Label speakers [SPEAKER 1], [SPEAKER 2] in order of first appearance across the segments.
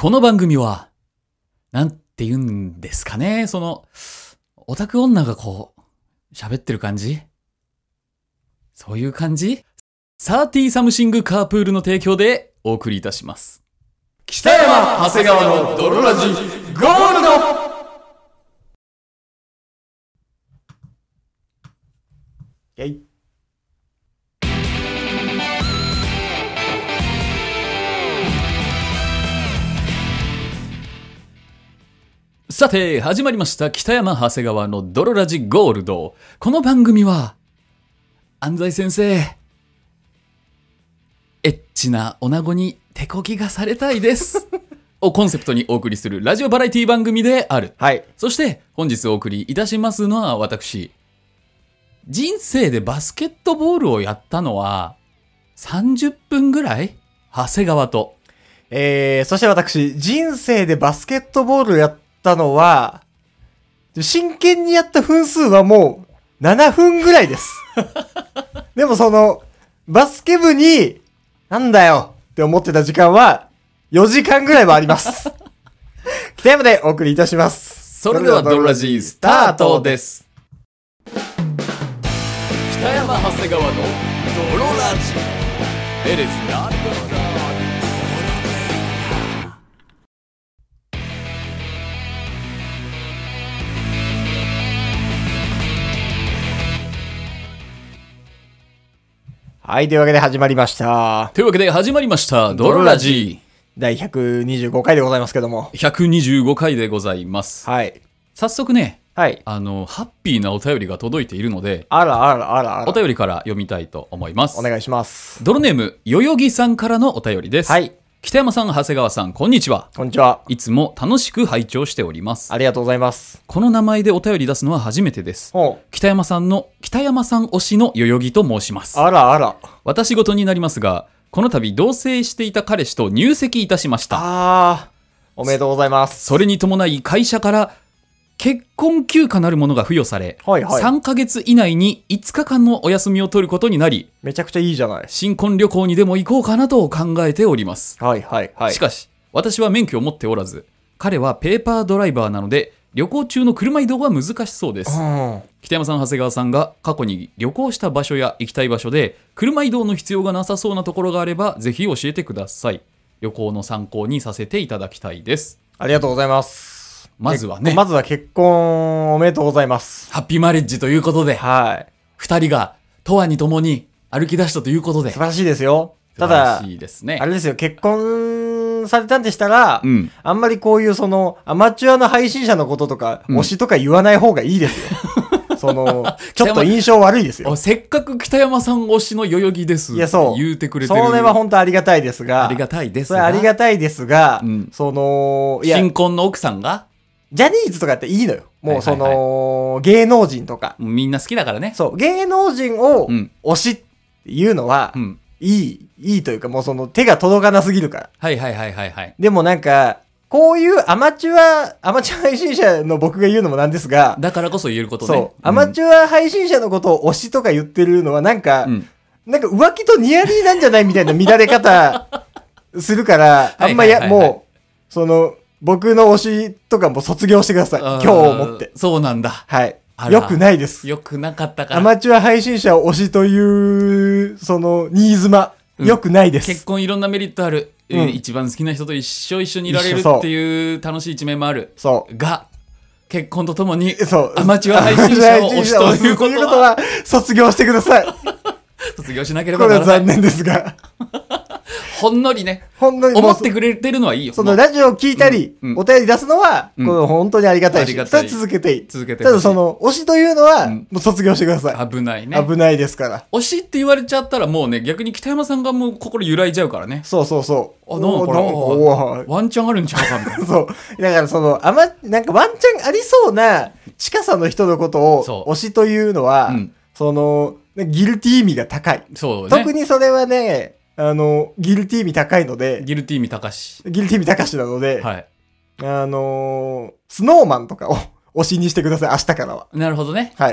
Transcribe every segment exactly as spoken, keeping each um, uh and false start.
[SPEAKER 1] この番組は、なんて言うんですかね、その、オタク女がこう、喋ってる感じ？そういう感じ？サーティーサムシングカープールの提供でお送りいたします。北山長谷川の泥ラジゴールド。
[SPEAKER 2] えい。
[SPEAKER 1] さて始まりました北山長谷川の泥ラジゴールド。この番組は安西先生、エッチな女子に手こぎがされたいですをコンセプトにお送りするラジオバラエティ番組である。
[SPEAKER 2] はい。
[SPEAKER 1] そして本日お送りいたしますのは私、人生でバスケットボールをやったのはさんじゅっぷんぐらい、長谷川と、
[SPEAKER 2] えー、そして私、人生でバスケットボールをやったのは、真剣にやった分数はもうななふんぐらいです。でもその、バスケ部に、なんだよって思ってた時間はよじかんぐらいはあります。北山でお送りいたします。
[SPEAKER 1] それでは泥ラジスタートです。北山長谷川の泥ラジ。It is not the road.
[SPEAKER 2] はい、というわけで始まりました。
[SPEAKER 1] というわけで始まりました泥ラジ
[SPEAKER 2] だいひゃくにじゅうごかいでございますけども。
[SPEAKER 1] ひゃくにじゅうごかいでございます。
[SPEAKER 2] はい。
[SPEAKER 1] 早速ね、
[SPEAKER 2] はい。
[SPEAKER 1] あの、ハッピーなお便りが届いているので、
[SPEAKER 2] あらあらあらあら。
[SPEAKER 1] お便りから読みたいと思います。
[SPEAKER 2] お願いします。
[SPEAKER 1] 泥ネーム、よよぎさんからのお便りです。
[SPEAKER 2] はい。
[SPEAKER 1] 北山さん、長谷川さん、こんにちは。
[SPEAKER 2] こんにちは。
[SPEAKER 1] いつも楽しく拝聴しております。
[SPEAKER 2] ありがとうございます。
[SPEAKER 1] この名前でお便り出すのは初めてです。
[SPEAKER 2] ほう。
[SPEAKER 1] 北山さんの、北山さん推しの代々木と申します。
[SPEAKER 2] あらあら。
[SPEAKER 1] 私事になりますが、この度同棲していた彼氏と入籍いたしました。
[SPEAKER 2] あー、おめでとうございます。
[SPEAKER 1] それに伴い会社から結婚休暇なるものが付与され、
[SPEAKER 2] はいはい。
[SPEAKER 1] さんかげつ以内にいつかかんのお休みを取ることになり、
[SPEAKER 2] めちゃくちゃいいじゃない。
[SPEAKER 1] 新婚旅行にでも行こうかなと考えております。
[SPEAKER 2] はいはいはい。
[SPEAKER 1] しかし、私は免許を持っておらず、彼はペーパードライバーなので、旅行中の車移動は難しそうです。
[SPEAKER 2] うん。
[SPEAKER 1] 北山さん、長谷川さんが過去に旅行した場所や行きたい場所で、車移動の必要がなさそうなところがあれば、ぜひ教えてください。旅行の参考にさせていただきたいです。
[SPEAKER 2] ありがとうございます。
[SPEAKER 1] まずはね、
[SPEAKER 2] まずは結婚おめでとうございます。
[SPEAKER 1] ハッピーマレッジということで、
[SPEAKER 2] はい。
[SPEAKER 1] 二人が永遠に共に歩き出したということで、
[SPEAKER 2] 素晴らしいですよ。た
[SPEAKER 1] 素晴ら
[SPEAKER 2] だ、
[SPEAKER 1] しいですね。
[SPEAKER 2] あれですよ、結婚されたんでしたら、
[SPEAKER 1] うん、
[SPEAKER 2] あんまりこういうその、アマチュアの配信者のこととか、
[SPEAKER 1] うん、
[SPEAKER 2] 推しとか言わない方がいいですよ。その、ちょっと印象悪いですよ。
[SPEAKER 1] せっかく北山さん推しの代々木です。
[SPEAKER 2] いや、そう。
[SPEAKER 1] 言うてくれてる。
[SPEAKER 2] それは本当ありがたいですが。
[SPEAKER 1] ありがたいです
[SPEAKER 2] が。それありがたいですが、
[SPEAKER 1] うん、
[SPEAKER 2] その、
[SPEAKER 1] いや、新婚の奥さんが
[SPEAKER 2] ジャニーズとかっていいのよ。もうその、はいはいはい、芸能人とか。
[SPEAKER 1] みんな好きだからね。
[SPEAKER 2] そう、芸能人を推しっていうのは、うん、いい、いいというか、もうその手が届かなすぎるから。
[SPEAKER 1] はいはいはいはいはい。
[SPEAKER 2] でもなんか、こういうアマチュア、アマチュア配信者の僕が言うのもなんですが、
[SPEAKER 1] だからこそ言えることね。
[SPEAKER 2] そう、うん、アマチュア配信者のことを推しとか言ってるのはなんか、うん、なんか浮気とニヤリなんじゃないみたいな見られ方するから、あんまや、はいはいはいはい、もう、その、僕の推しとかも卒業してください。今日をもって。
[SPEAKER 1] そうなんだ。
[SPEAKER 2] はい。よくないです。
[SPEAKER 1] よくなかったから。
[SPEAKER 2] アマチュア配信者を推しという、その、ニーズマ。よくないです、
[SPEAKER 1] うん。結婚いろんなメリットある。うん、一番好きな人と一生一緒にいられるっていう楽しい一面もある。
[SPEAKER 2] そう。
[SPEAKER 1] が、結婚とともに、
[SPEAKER 2] そう。
[SPEAKER 1] アマチュア配信者を推しということは、ことは
[SPEAKER 2] 卒業してください。
[SPEAKER 1] 卒業しなければならない。
[SPEAKER 2] これは残念ですが。
[SPEAKER 1] ほんのりね。
[SPEAKER 2] ほんのり。
[SPEAKER 1] 思ってくれてるのはいいよ。
[SPEAKER 2] そのラジオを聞いたり、うんうん、お便り出すのは、うん、これ本当にありがたいし、
[SPEAKER 1] ありがたい。
[SPEAKER 2] 続けていい。
[SPEAKER 1] 続けていい。
[SPEAKER 2] ただその、推しというのは、うん、もう卒業してください。
[SPEAKER 1] 危ないね。
[SPEAKER 2] 危ないですから。
[SPEAKER 1] 推しって言われちゃったらもうね、逆に北山さんがもう心揺らいじゃうからね。
[SPEAKER 2] そうそうそう。
[SPEAKER 1] あ、なんかこれ、ワンチャンあるんちゃうかみたいな。
[SPEAKER 2] そう。だからその、あま、なんかワンチャンありそうな近さの人のことを、推しというのは、うん、その、ギルティー味が高い。
[SPEAKER 1] そうね。
[SPEAKER 2] 特にそれはね、あの、ギルティー味高いので。
[SPEAKER 1] ギルティー味高し。
[SPEAKER 2] ギルティー味高しなので。
[SPEAKER 1] はい。
[SPEAKER 2] あのー、スノーマンとかを推しにしてください、明日からは。
[SPEAKER 1] なるほどね。
[SPEAKER 2] はい。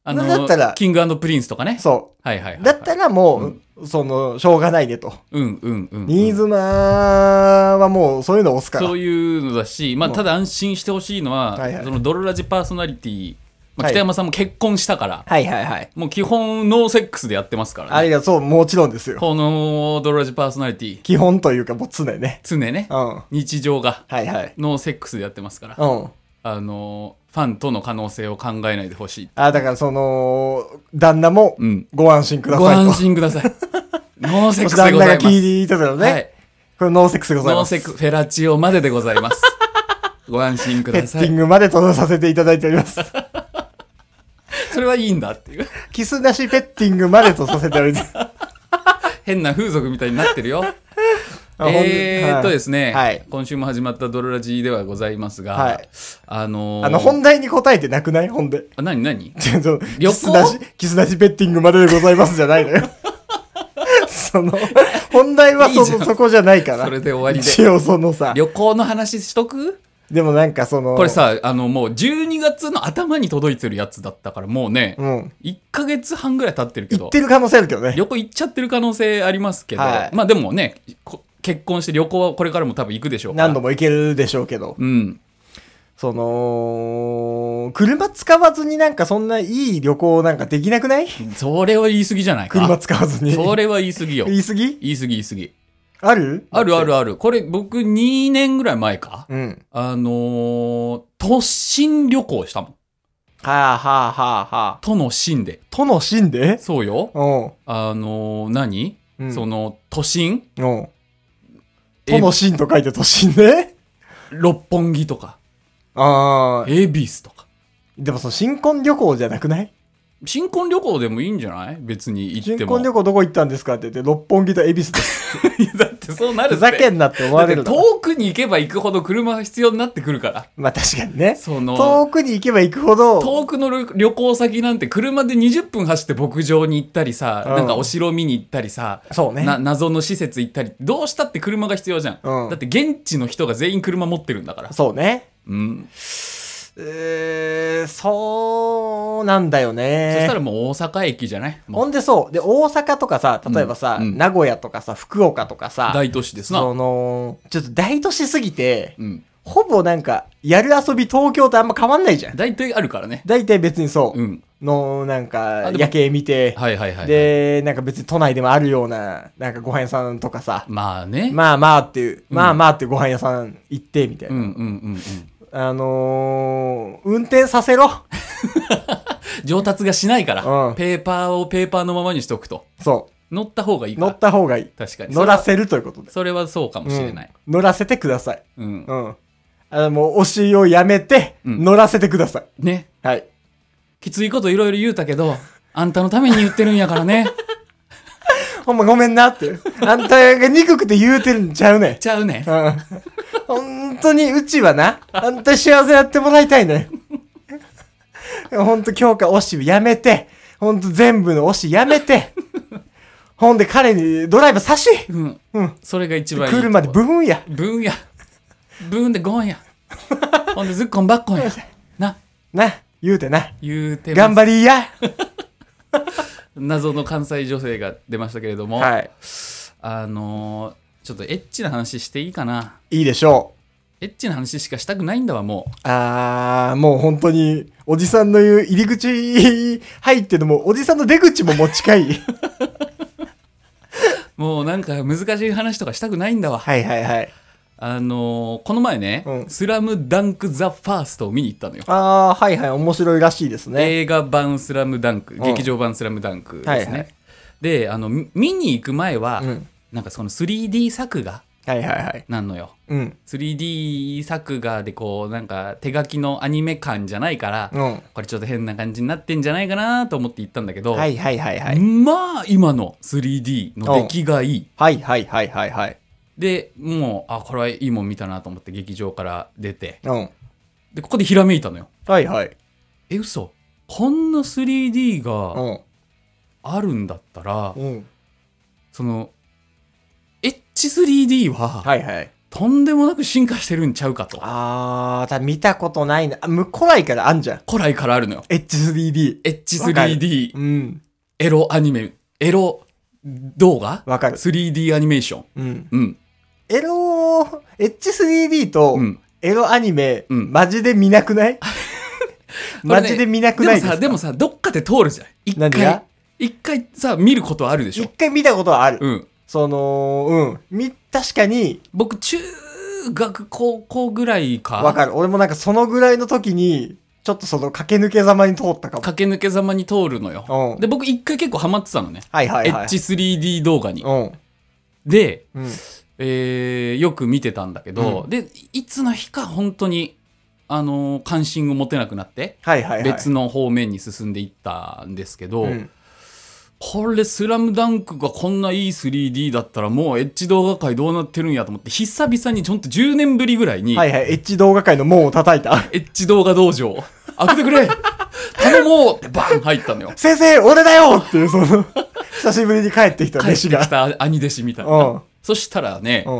[SPEAKER 1] あの
[SPEAKER 2] だったら
[SPEAKER 1] キング&プリンスとかね。
[SPEAKER 2] そ
[SPEAKER 1] はいはいはい、は
[SPEAKER 2] う。
[SPEAKER 1] い。
[SPEAKER 2] だったらもう、その、しょうがないねと。
[SPEAKER 1] うんうんうん、うん。
[SPEAKER 2] 新妻はもうそういうの押すから。
[SPEAKER 1] そういうのだし、まあ、ただ安心してほしいのは、
[SPEAKER 2] はいはい
[SPEAKER 1] そのドロラジパーソナリティ、まあ、
[SPEAKER 2] はい
[SPEAKER 1] 北山さんも結婚したから、
[SPEAKER 2] はいはいはい。
[SPEAKER 1] もう基本ノーセックスでやってますからね。
[SPEAKER 2] ありがとう、もちろんですよ。
[SPEAKER 1] このドロラジパーソナリティ、
[SPEAKER 2] 基本というかもう常ね。
[SPEAKER 1] 常ね、
[SPEAKER 2] うん。は
[SPEAKER 1] 日常が
[SPEAKER 2] いはい。
[SPEAKER 1] ノーセックスでやってますから、
[SPEAKER 2] うん。
[SPEAKER 1] あのファンとの可能性を考えないでほしい。
[SPEAKER 2] あ、だからその、旦那も
[SPEAKER 1] うん。
[SPEAKER 2] ご安心くださいと。
[SPEAKER 1] ご安心ください。ノーセックスで
[SPEAKER 2] 旦
[SPEAKER 1] ございます。
[SPEAKER 2] 那が聞いてたのね。
[SPEAKER 1] はい。
[SPEAKER 2] これノーセックスでございます。
[SPEAKER 1] ノーセックス、フェラチオまででございます。ご安心く
[SPEAKER 2] ペ
[SPEAKER 1] ださい。
[SPEAKER 2] ッティングまで届させていただいております。
[SPEAKER 1] それはいいんだっていう。
[SPEAKER 2] キスなしペッティングまでとさせております。
[SPEAKER 1] 変な風俗みたいになってるよ。
[SPEAKER 2] あほん
[SPEAKER 1] えーっとですね、
[SPEAKER 2] はい
[SPEAKER 1] 今週も始まったドロラジではございますが、
[SPEAKER 2] はい
[SPEAKER 1] あのー、
[SPEAKER 2] あの、本題に答えてなくないほんで。
[SPEAKER 1] あ、何何
[SPEAKER 2] ちょっと
[SPEAKER 1] 旅行
[SPEAKER 2] キスなし、キスなしペッティングまででございますじゃないのよ。その、本題はそ
[SPEAKER 1] いいじゃん
[SPEAKER 2] のそこじゃないから。
[SPEAKER 1] それで終わりで
[SPEAKER 2] 一応そのさ、
[SPEAKER 1] 旅行の話しとく？
[SPEAKER 2] でもなんかその、
[SPEAKER 1] これさ、あのもうじゅうにがつの頭に届いてるやつだったからもうね、
[SPEAKER 2] うん。
[SPEAKER 1] いっかげつはんぐらい経ってるけど
[SPEAKER 2] 行っ、てる可能性あるけどね。
[SPEAKER 1] 旅行行っちゃってる可能性ありますけど、
[SPEAKER 2] はい
[SPEAKER 1] まあでもね、こ結婚して旅行はこれからも多分行くでしょうから。
[SPEAKER 2] 何度も行けるでしょうけど。
[SPEAKER 1] うん。
[SPEAKER 2] その、車使わずになんかそんないい旅行なんかできなくない？
[SPEAKER 1] それは言い過ぎじゃないか。
[SPEAKER 2] 車使わずに。
[SPEAKER 1] それは言い過ぎよ。
[SPEAKER 2] 言い過ぎ
[SPEAKER 1] 言い過ぎ言い過ぎ。
[SPEAKER 2] ある
[SPEAKER 1] あるあるある。これ僕にねんぐらい前か。
[SPEAKER 2] うん。
[SPEAKER 1] あのー、都心旅行したもん。
[SPEAKER 2] はあはあはあはあ。
[SPEAKER 1] 都の心で。
[SPEAKER 2] 都の心で
[SPEAKER 1] そうよ。
[SPEAKER 2] うん。
[SPEAKER 1] あのー、何、
[SPEAKER 2] うん
[SPEAKER 1] その、都心
[SPEAKER 2] うん。都の心と書いて都心ね。
[SPEAKER 1] 六本木とか、
[SPEAKER 2] ああ。
[SPEAKER 1] 恵比寿とか。
[SPEAKER 2] でもその新婚旅行じゃなくない？
[SPEAKER 1] 新婚旅行でもいいんじゃない別に行って
[SPEAKER 2] 新
[SPEAKER 1] も。
[SPEAKER 2] 婚旅行どこ行ったんですかって言って、六本木と恵比寿です。
[SPEAKER 1] いやだってそうなるって。
[SPEAKER 2] ふざけんなって思われるだろ。
[SPEAKER 1] だって遠くに行けば行くほど車が必要になってくるから。
[SPEAKER 2] まあ確かにね。
[SPEAKER 1] その、
[SPEAKER 2] 遠くに行けば行くほど、
[SPEAKER 1] 遠くの旅旅行先なんて車でにじゅっぷん走って牧場に行ったりさ、
[SPEAKER 2] うん
[SPEAKER 1] なんかお城見に行ったりさ、
[SPEAKER 2] そうね。
[SPEAKER 1] な謎の施設行ったり、どうしたって車が必要じゃん。
[SPEAKER 2] うん
[SPEAKER 1] だって現地の人が全員車持ってるんだから。
[SPEAKER 2] そうね。
[SPEAKER 1] うん。
[SPEAKER 2] えー、そうなんだよね。
[SPEAKER 1] そしたらもう大阪駅じゃないもう
[SPEAKER 2] ほんでそう。で、大阪とかさ、例えばさ、
[SPEAKER 1] うんうん
[SPEAKER 2] 名古屋とかさ、福岡とかさ、
[SPEAKER 1] 大都市ですな。
[SPEAKER 2] その、ちょっと大都市すぎて、
[SPEAKER 1] うん。
[SPEAKER 2] ほぼなんか、やる遊び東京とあんま変わんないじゃん。
[SPEAKER 1] 大体あるからね。
[SPEAKER 2] 大体別にそう。
[SPEAKER 1] うん。
[SPEAKER 2] の、なんか、
[SPEAKER 1] あでも
[SPEAKER 2] 夜景見て、
[SPEAKER 1] はいはいはい、はい。、
[SPEAKER 2] で、なんか別に都内でもあるような、なんかご飯屋さんとかさ、
[SPEAKER 1] まあね。
[SPEAKER 2] まあまあっていう、
[SPEAKER 1] うん
[SPEAKER 2] まあまあっていうご飯屋さん行って、みたいな。
[SPEAKER 1] うんうんうんうん。
[SPEAKER 2] あのー、運転させろ。
[SPEAKER 1] 上達がしないから、
[SPEAKER 2] うん
[SPEAKER 1] ペーパーをペーパーのままにしておくと。
[SPEAKER 2] そ。
[SPEAKER 1] 乗った方がいいうから。
[SPEAKER 2] 乗った方がいい。
[SPEAKER 1] 確かに。
[SPEAKER 2] 乗らせるということで。
[SPEAKER 1] それはそうかもしれない。
[SPEAKER 2] うん乗らせてください。
[SPEAKER 1] うん。
[SPEAKER 2] うん。あの、もう、推しをやめて、
[SPEAKER 1] うん
[SPEAKER 2] 乗らせてください。
[SPEAKER 1] ね。
[SPEAKER 2] はい。
[SPEAKER 1] きついこといろいろ言うたけど、あんたのために言ってるんやからね。
[SPEAKER 2] ほんまごめんなって。あんたが憎くて言うてるんちゃうねん。
[SPEAKER 1] ちゃうね。
[SPEAKER 2] うん。本当にうちはな、あんた幸せやってもらいたいねん。ほんと強化推しやめて、ほんと全部の推しやめて、ほんで彼にドライブさし、
[SPEAKER 1] うん。
[SPEAKER 2] うん。
[SPEAKER 1] それが一番いい。
[SPEAKER 2] 車でブーンや。
[SPEAKER 1] ブーンや。ブーンでゴンや。ほんでズッコンバッコンや。な、
[SPEAKER 2] な、言うてな。
[SPEAKER 1] 言うてます。
[SPEAKER 2] 頑張りや。
[SPEAKER 1] 謎の関西女性が出ましたけれども、
[SPEAKER 2] はい。
[SPEAKER 1] あのー、ちょっとエッチな話していいかな。
[SPEAKER 2] いいでしょう。
[SPEAKER 1] エッチな話しかしたくないんだわ、も
[SPEAKER 2] あー、もう本当に、おじさんの言う入り口入ってのも、おじさんの出口ももう近い。
[SPEAKER 1] う。もうなんか難しい話とかしたくないんだわ。
[SPEAKER 2] はいはいはい。
[SPEAKER 1] あのー、この前ね、
[SPEAKER 2] うん
[SPEAKER 1] スラムダンクザファーストを見に行ったのよ。
[SPEAKER 2] あー、はいはい、面白いらしいですね。
[SPEAKER 1] 映画版スラムダンク、
[SPEAKER 2] ん
[SPEAKER 1] 劇場版スラムダンクですね。
[SPEAKER 2] はいはい
[SPEAKER 1] で、あの、み見に行く前は、
[SPEAKER 2] うん。
[SPEAKER 1] なんかその スリーディー 作画
[SPEAKER 2] はいはいはい。
[SPEAKER 1] なんのよ。
[SPEAKER 2] うん。
[SPEAKER 1] スリーディー 作画でこう、なんか手書きのアニメ感じゃないから、
[SPEAKER 2] うん。
[SPEAKER 1] これちょっと変な感じになってんじゃないかなと思って行ったんだけど、
[SPEAKER 2] はいはいはいはい。
[SPEAKER 1] まあ今の スリーディー の出来がいい。
[SPEAKER 2] はいはいはいはいはい。
[SPEAKER 1] で、もう、あ、これはいいもん見たなと思って劇場から出て、
[SPEAKER 2] うん。
[SPEAKER 1] で、ここでひらめいたのよ。
[SPEAKER 2] はいはい。
[SPEAKER 1] え、嘘こんな スリーディー が
[SPEAKER 2] うん。
[SPEAKER 1] あるんだったら、
[SPEAKER 2] うん。
[SPEAKER 1] その、エッチ スリーディー は、
[SPEAKER 2] はいはい。
[SPEAKER 1] とんでもなく進化してるんちゃうかと。
[SPEAKER 2] あー、た見たことないな。む、古来からあんじゃん。
[SPEAKER 1] 古来からあるのよ。
[SPEAKER 2] エイチスリーディー。
[SPEAKER 1] エイチスリーディー、
[SPEAKER 2] うん。
[SPEAKER 1] エロアニメ、エロ動画
[SPEAKER 2] わかる。
[SPEAKER 1] スリーディー アニメーション。
[SPEAKER 2] うん。
[SPEAKER 1] うん。
[SPEAKER 2] エロ、エイチスリーディー と、
[SPEAKER 1] うん。
[SPEAKER 2] エロアニメ、
[SPEAKER 1] うん、
[SPEAKER 2] マジで見なくないマジで見なくないですか、
[SPEAKER 1] ね、でもさ、でもさ、どっかで通るじゃん。一回。
[SPEAKER 2] 何が
[SPEAKER 1] 一回さ、見ることあるでしょ。
[SPEAKER 2] 一回見たことはある。
[SPEAKER 1] うん。
[SPEAKER 2] その、うん。み、確かに。
[SPEAKER 1] 僕、中学、高校ぐらいか。
[SPEAKER 2] わかる。俺もなんかそのぐらいの時に、ちょっとその駆け抜けざまに通ったかも。
[SPEAKER 1] 駆け抜けざまに通るのよ。
[SPEAKER 2] うん。
[SPEAKER 1] で、僕一回結構ハマってたのね。
[SPEAKER 2] はいはいはい。
[SPEAKER 1] エイチスリーディー 動画に。
[SPEAKER 2] うん。
[SPEAKER 1] で、
[SPEAKER 2] うん、
[SPEAKER 1] えー、よく見てたんだけど、うん、で、いつの日か本当に、あのー、関心を持てなくなって、
[SPEAKER 2] はいはいはい、
[SPEAKER 1] 別の方面に進んでいったんですけど、うん、これスラムダンクがこんないい スリーディー だったらもうエッジ動画界どうなってるんやと思って、久々にちょっとじゅうねんぶりぐらいに、
[SPEAKER 2] はいはい、エッジ動画界の門を叩いた。
[SPEAKER 1] エッジ動画道場、開けてくれ頼もうってバーン入ったのよ。
[SPEAKER 2] 先生、俺だよっていう、その、久しぶりに帰ってきた弟子が。
[SPEAKER 1] 帰ってきた兄弟子みたいな。うん、そしたらね、うん、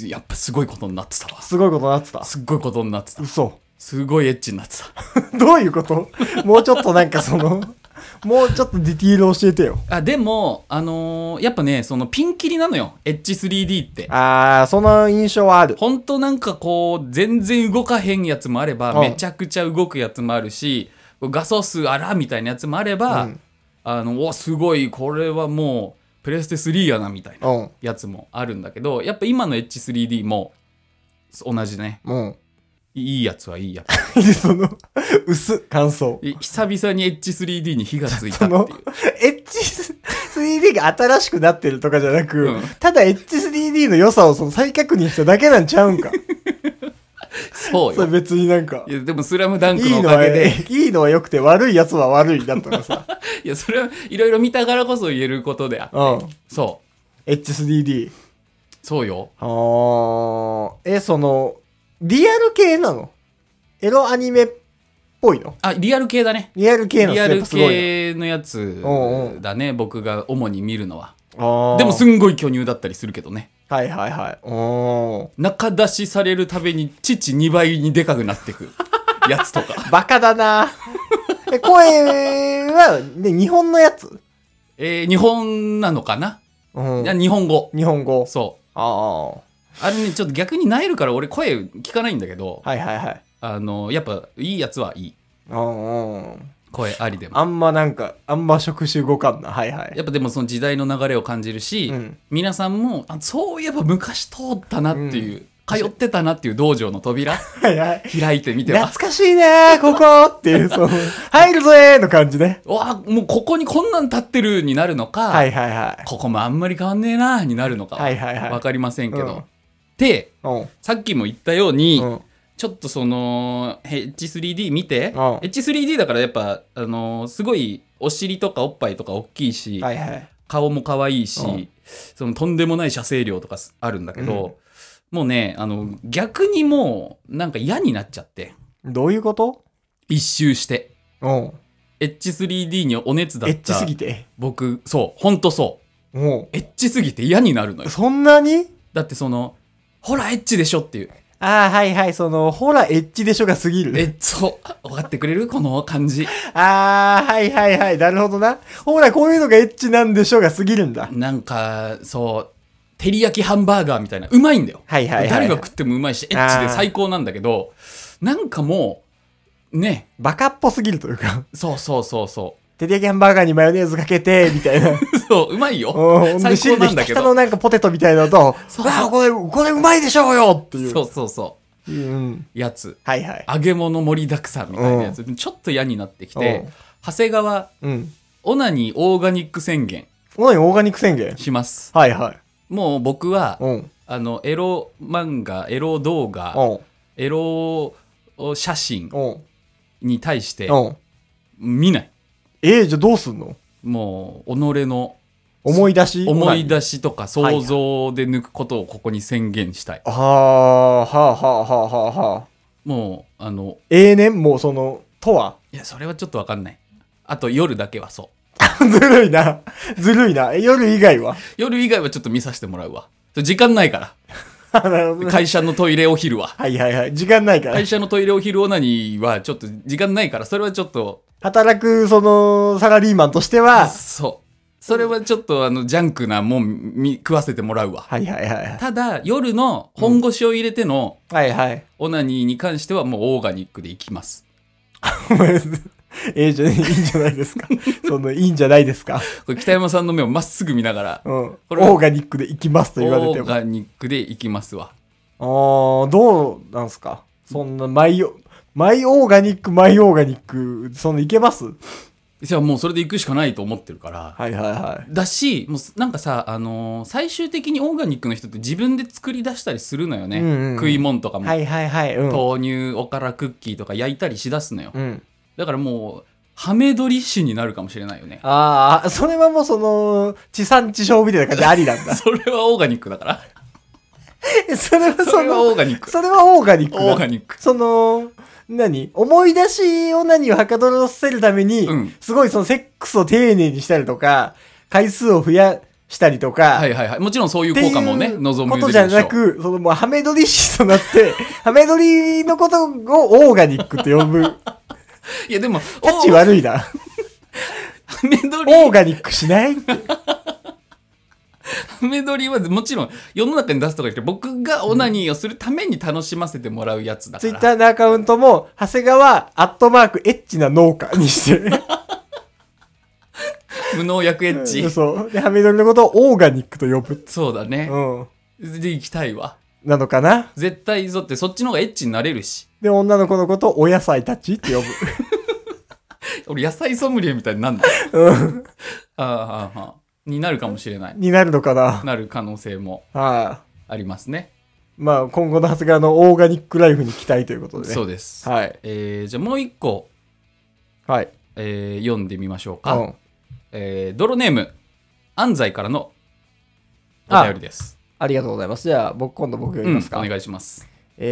[SPEAKER 1] やっぱすごいことになってたわ。
[SPEAKER 2] すごいことになってた。
[SPEAKER 1] すっごいことになってた。
[SPEAKER 2] 嘘。
[SPEAKER 1] すごいエッチになってた。
[SPEAKER 2] どういうこと？もうちょっとなんかその、もうちょっとディティール教えてよ。
[SPEAKER 1] あ、でも、あのー、やっぱね、そのピンキリなのよ。エイチスリーディー って。
[SPEAKER 2] あー、その印象はある。
[SPEAKER 1] ほんとなんかこう、全然動かへんやつもあれば、うん、めちゃくちゃ動くやつもあるし、画素数あらみたいなやつもあれば、うん、あの、お、すごい、これはもう、プレステスリーやなみたいなやつもあるんだけど、うん、やっぱ今の エイチスリーディー も同じね。
[SPEAKER 2] うん。
[SPEAKER 1] いいやつはいいやつ。
[SPEAKER 2] その、薄感想。
[SPEAKER 1] 久々に エイチスリーディー に火がついたっていう。
[SPEAKER 2] エイチスリーディー が新しくなってるとかじゃなく、うん、ただ エイチスリーディー の良さをその再確認しただけなんちゃうんか。
[SPEAKER 1] そうよ。
[SPEAKER 2] それ別になんか。
[SPEAKER 1] いや、でもスラムダンクのおかげで。
[SPEAKER 2] いいのは良くて悪いやつは悪いだったらさ。
[SPEAKER 1] いや、それはいろいろ見たからこそ言えることであって。うん。そう。
[SPEAKER 2] エイチスリーディー。
[SPEAKER 1] そうよ。
[SPEAKER 2] あー。え、その、リアル系なの？エロアニメっぽいの？
[SPEAKER 1] あ、リアル系だね。
[SPEAKER 2] リアル系の
[SPEAKER 1] リアル系のやつだね。僕が主に見るのは。
[SPEAKER 2] あ
[SPEAKER 1] でもすんごい巨乳だったりするけどね。
[SPEAKER 2] はいはいはい。お
[SPEAKER 1] 中出しされるたびに父にばいにでかくなってくやつとか。
[SPEAKER 2] バカだな。え、声は、ね、日本のやつ？
[SPEAKER 1] えー、日本なのかな？うん。いや、日本語。
[SPEAKER 2] 日本語。
[SPEAKER 1] そう。
[SPEAKER 2] ああ。
[SPEAKER 1] あれね、ちょっと逆に萎えるから俺声聞かないんだけど。
[SPEAKER 2] はいはいはい。
[SPEAKER 1] あの、やっぱいいやつはいい。
[SPEAKER 2] ああ。
[SPEAKER 1] 声ありでも。
[SPEAKER 2] あんまなんか、あんま触手動かんな。はいはい。
[SPEAKER 1] やっぱでもその時代の流れを感じるし、うん、皆さんもあ、そういえば昔通ったなっていう、うん、通ってたなっていう道場の扉
[SPEAKER 2] はいはい。
[SPEAKER 1] 開いてみては。
[SPEAKER 2] 懐かしいねここっていう、その、入るぞーの感じね。
[SPEAKER 1] わもうここにこんなん立ってるになるのか、
[SPEAKER 2] はいはいはい。
[SPEAKER 1] ここもあんまり変わんねえなになるのか、
[SPEAKER 2] はいはいはい。
[SPEAKER 1] わかりませんけど。うん、で、うん、さっきも言ったように、うんちょっとその エイチスリーディー 見て、うん、エイチスリーディー だからやっぱあのー、すごいお尻とかおっぱいとか大きいし、
[SPEAKER 2] はいはい、
[SPEAKER 1] 顔も可愛いし、うん、そのとんでもない射精量とかあるんだけど、うん、もうねあの逆にもうなんか嫌になっちゃって。
[SPEAKER 2] どういうこと？
[SPEAKER 1] 一周して、
[SPEAKER 2] うん、
[SPEAKER 1] エイチスリーディー にお熱だった
[SPEAKER 2] エッチすぎて
[SPEAKER 1] 僕そうほんとそう、うん、エッチすぎて嫌になるのよ。
[SPEAKER 2] そんなに？
[SPEAKER 1] だってそのほらエッチでしょっていう。
[SPEAKER 2] ああ、はいはい、その、ほら、エッチでしょが過ぎる。
[SPEAKER 1] え、そう。分かってくれるこの感じ。
[SPEAKER 2] ああ、はいはいはい、なるほどな。ほら、こういうのがエッチなんでしょが過ぎるんだ。
[SPEAKER 1] なんか、そう、照り焼きハンバーガーみたいな。うまいんだよ。
[SPEAKER 2] はいはいはい、はい。
[SPEAKER 1] 誰が食ってもうまいし、エッチで最高なんだけど、なんかもう、ね。
[SPEAKER 2] バカっぽすぎるというか。
[SPEAKER 1] そうそうそうそう。
[SPEAKER 2] 照り焼きハンバーガーにマヨネーズかけて、みたいな。
[SPEAKER 1] そう、うまいよ。最高なんだけど。
[SPEAKER 2] 下のなんかポテトみたいなのと、そうあこれ、これうまいでしょうよっていう。
[SPEAKER 1] そうそうそう。うん、やつ。
[SPEAKER 2] はいはい。
[SPEAKER 1] 揚げ物盛りだくさんみたいなやつ。ちょっと嫌になってきて、長谷川、うん、オナニーオーガニック宣言。
[SPEAKER 2] オナニーオーガニック宣言
[SPEAKER 1] します。
[SPEAKER 2] はいはい。
[SPEAKER 1] もう僕は、うん、あの、エロ漫画、エロ動画、エロ写真に対して、見ない。
[SPEAKER 2] えー、じゃあどうすんの？
[SPEAKER 1] もう己の
[SPEAKER 2] 思い出し
[SPEAKER 1] 思い出しとか想像で抜くことをここに宣言したい。
[SPEAKER 2] はいはい、はあはあはあはあはあ。
[SPEAKER 1] もうあの
[SPEAKER 2] 永年もうそのとは？
[SPEAKER 1] いやそれはちょっとわかんない。あと夜だけはそう。
[SPEAKER 2] ずるいなずるいな。夜以外は？
[SPEAKER 1] 夜以外はちょっと見させてもらうわ。時間ないから。
[SPEAKER 2] なるほどね。
[SPEAKER 1] 会社のトイレお昼は。
[SPEAKER 2] はいはいはい。時間ないから。
[SPEAKER 1] 会社のトイレお昼オナニーはちょっと時間ないから、それはちょっと。
[SPEAKER 2] 働く、その、サラリーマンとしては。
[SPEAKER 1] そう。それはちょっとあの、ジャンクなもんみ食わせてもらうわ。
[SPEAKER 2] はいはいはい。
[SPEAKER 1] ただ、夜の本腰を入れての、
[SPEAKER 2] はいはい。
[SPEAKER 1] オナニーに関してはもうオーガニックでいきます。
[SPEAKER 2] ええじゃ、いいんじゃないですか。その、いいんじゃないですか。
[SPEAKER 1] これ北山さんの目をまっすぐ見ながら、
[SPEAKER 2] うん。オ
[SPEAKER 1] これは
[SPEAKER 2] ーガニックで行きますと言われても。
[SPEAKER 1] オーガニックでいきますわ。
[SPEAKER 2] あー、どうなんすかそんな、マイオ、マイオーガニック、マイオーガニック、そのいけます
[SPEAKER 1] じゃあもうそれで行くしかないと思ってるから。
[SPEAKER 2] はいはいはい。
[SPEAKER 1] だし、もうなんかさ、あのー最終的にオーガニックの人って自分で作り出したりするのよね。
[SPEAKER 2] うんうんうん
[SPEAKER 1] 食い物とかも。
[SPEAKER 2] はいはいはい。うん。
[SPEAKER 1] 豆乳、おからクッキーとか焼いたりしだすのよ。
[SPEAKER 2] うん。
[SPEAKER 1] だからもう、ハメ撮り師になるかもしれないよね。
[SPEAKER 2] ああ、それはもうその、地産地消みたいな感じでありなんだ。
[SPEAKER 1] それはオーガニックだから。
[SPEAKER 2] それはその、
[SPEAKER 1] それはオーガニック。
[SPEAKER 2] それはオーガニックだ。
[SPEAKER 1] オーガニック。
[SPEAKER 2] その、何思い出しオナニーをはかどらせるために、
[SPEAKER 1] うん
[SPEAKER 2] すごいそのセックスを丁寧にしたりとか、回数を増やしたりとか、
[SPEAKER 1] はいはいはい。もちろんそういう効果もね、
[SPEAKER 2] っていう
[SPEAKER 1] 望む
[SPEAKER 2] ことじゃなく、そのもうハメ撮り師となって、ハメ撮りのことをオーガニックと呼ぶ。
[SPEAKER 1] いやでも、
[SPEAKER 2] キャッチ悪いな。
[SPEAKER 1] ハメ撮り、
[SPEAKER 2] オーガニックしない
[SPEAKER 1] ハメ撮りはもちろん世の中に出すとか言って、僕がオナニーをするために楽しませてもらうやつだから。
[SPEAKER 2] ツイッターのアカウントも、長谷川アットマークエッチな農家にして。
[SPEAKER 1] 無農薬エッチ。
[SPEAKER 2] そう。で、ハメ撮りのことをオーガニックと呼ぶ。
[SPEAKER 1] そうだね。
[SPEAKER 2] うん。
[SPEAKER 1] で、行きたいわ。
[SPEAKER 2] なのかな
[SPEAKER 1] 絶対ぞってそっちの方がエッチになれるし。
[SPEAKER 2] で、女の子のことをお野菜たちって呼ぶ。
[SPEAKER 1] 俺野菜ソムリエみたいになんだ。
[SPEAKER 2] うん。
[SPEAKER 1] ああ、ああ、になるかもしれない。
[SPEAKER 2] になるのかな
[SPEAKER 1] なる可能性も
[SPEAKER 2] はい。
[SPEAKER 1] ありますね。
[SPEAKER 2] まあ、今後の長谷川のオーガニックライフに期待ということでね。
[SPEAKER 1] そうです。
[SPEAKER 2] はい。
[SPEAKER 1] えー、じゃあもう一個、
[SPEAKER 2] はい。
[SPEAKER 1] えー、読んでみましょうか。
[SPEAKER 2] うん。
[SPEAKER 1] えー、ドロネーム、安西からのお便りです。
[SPEAKER 2] ありがとうございます。じゃあ、僕、今度僕読みますか。
[SPEAKER 1] うん、お願いします。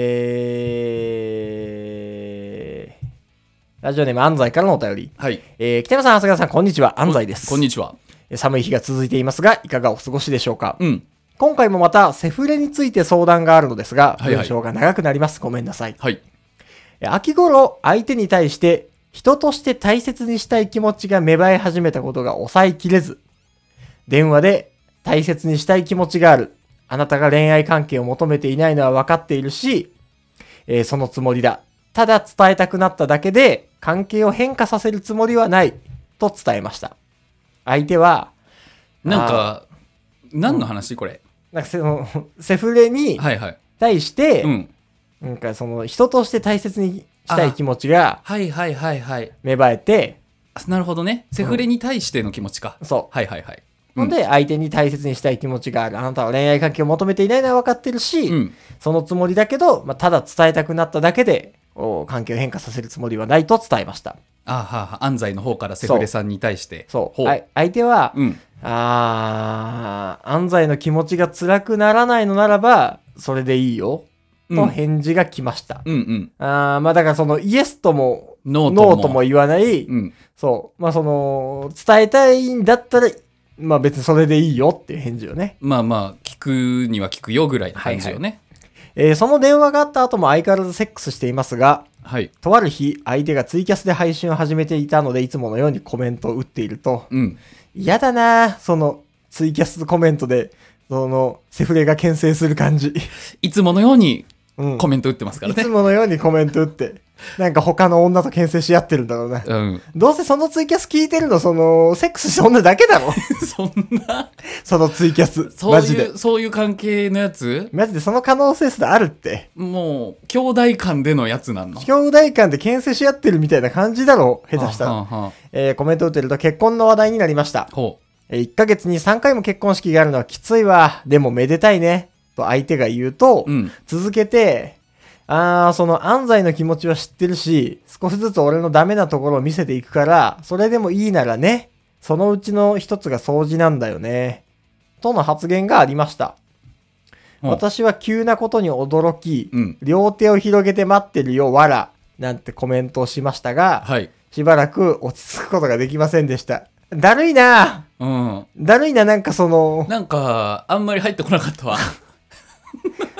[SPEAKER 2] えー、ラジオネーム安西からのお便り。
[SPEAKER 1] はい。
[SPEAKER 2] えー、北山さん、長谷川さん、こんにちは。安西です。
[SPEAKER 1] こんにちは。
[SPEAKER 2] 寒い日が続いていますが、いかがお過ごしでしょうか。
[SPEAKER 1] うん。
[SPEAKER 2] 今回もまたセフレについて相談があるのですが、
[SPEAKER 1] はいはい
[SPEAKER 2] 文章が長くなります。ごめんなさい。
[SPEAKER 1] はい。
[SPEAKER 2] 秋頃、相手に対して人として大切にしたい気持ちが芽生え始めたことが抑えきれず、電話で大切にしたい気持ちがある。あなたが恋愛関係を求めていないのは分かっているし、えーそのつもりだ。ただ伝えたくなっただけで、関係を変化させるつもりはない。と伝えました。相手は、
[SPEAKER 1] なんか、何の話これ。
[SPEAKER 2] なんかその、セフレに
[SPEAKER 1] はいはい。
[SPEAKER 2] 対して、
[SPEAKER 1] うん。
[SPEAKER 2] なんかその、人として大切にしたい気持ちが
[SPEAKER 1] はいはいはいはい。
[SPEAKER 2] 芽生えて、
[SPEAKER 1] あなるほどね。セフレに対しての気持ちか。
[SPEAKER 2] そう。
[SPEAKER 1] はいはいはい。
[SPEAKER 2] ほんで、相手に大切にしたい気持ちがある。あなたは恋愛関係を求めていないのは分かってるし、
[SPEAKER 1] うん。
[SPEAKER 2] そのつもりだけど、まあ、ただ伝えたくなっただけで、こう関係を変化させるつもりはないと伝えました。
[SPEAKER 1] あはあはあ、安西の方からセフレさんに対して。
[SPEAKER 2] そう。
[SPEAKER 1] ほう。
[SPEAKER 2] あい相手は、
[SPEAKER 1] うん。
[SPEAKER 2] あー、安西の気持ちが辛くならないのならば、それでいいよ。と
[SPEAKER 1] うん
[SPEAKER 2] 返事が来ました。
[SPEAKER 1] うんうん。
[SPEAKER 2] あー、まあだからそのイエスとも、
[SPEAKER 1] ノートも。
[SPEAKER 2] ノーとも言わない、
[SPEAKER 1] うん。
[SPEAKER 2] そう。まあその、伝えたいんだったら、まあ別にそれでいいよっていう返事よね。
[SPEAKER 1] まあまあ、聞くには聞くよぐらいの感じよね。
[SPEAKER 2] えーその電話があった後も相変わらずセックスしていますが、
[SPEAKER 1] はい。
[SPEAKER 2] とある日、相手がツイキャスで配信を始めていたので、いつものようにコメントを打っていると、
[SPEAKER 1] うん。
[SPEAKER 2] 嫌だなその、ツイキャスコメントで、その、セフレが牽制する感じ。
[SPEAKER 1] いつものように
[SPEAKER 2] うん。
[SPEAKER 1] コメント打ってますからね
[SPEAKER 2] いつ。ものようにコメント打って、なんか他の女と牽制し合ってるんだろうな。
[SPEAKER 1] うん。
[SPEAKER 2] どうせそのツイキャス聞いてるの、その、セックスした女だけだろ
[SPEAKER 1] そんな、
[SPEAKER 2] そのツイキャス。
[SPEAKER 1] そう
[SPEAKER 2] マジで
[SPEAKER 1] いう、。そういう関係のやつ
[SPEAKER 2] マジでその可能性すらあるって。
[SPEAKER 1] もう、兄弟間でのやつなんの。
[SPEAKER 2] 兄弟間で牽制し合ってるみたいな感じだろう、下手したら。
[SPEAKER 1] はあはあはあ
[SPEAKER 2] えーコメント打ってると結婚の話題になりました。
[SPEAKER 1] ほ
[SPEAKER 2] えーいっかげつにさんかいも結婚式があるのはきついわ。でもめでたいね。と相手が言うと、
[SPEAKER 1] う。うん。
[SPEAKER 2] 続けて、あー、その安西の気持ちは知ってるし、少しずつ俺のダメなところを見せていくから、それでもいいならね。そのうちの一つが掃除なんだよね。との発言がありました。
[SPEAKER 1] ほう
[SPEAKER 2] 私は急なことに驚き、
[SPEAKER 1] うん。
[SPEAKER 2] 両手を広げて待ってるよ、わら。なんてコメントをしましたが、
[SPEAKER 1] はい。
[SPEAKER 2] しばらく落ち着くことができませんでした。だるいな
[SPEAKER 1] うん。
[SPEAKER 2] だるいな、なんかその、
[SPEAKER 1] なんか、あんまり入ってこなかったわ。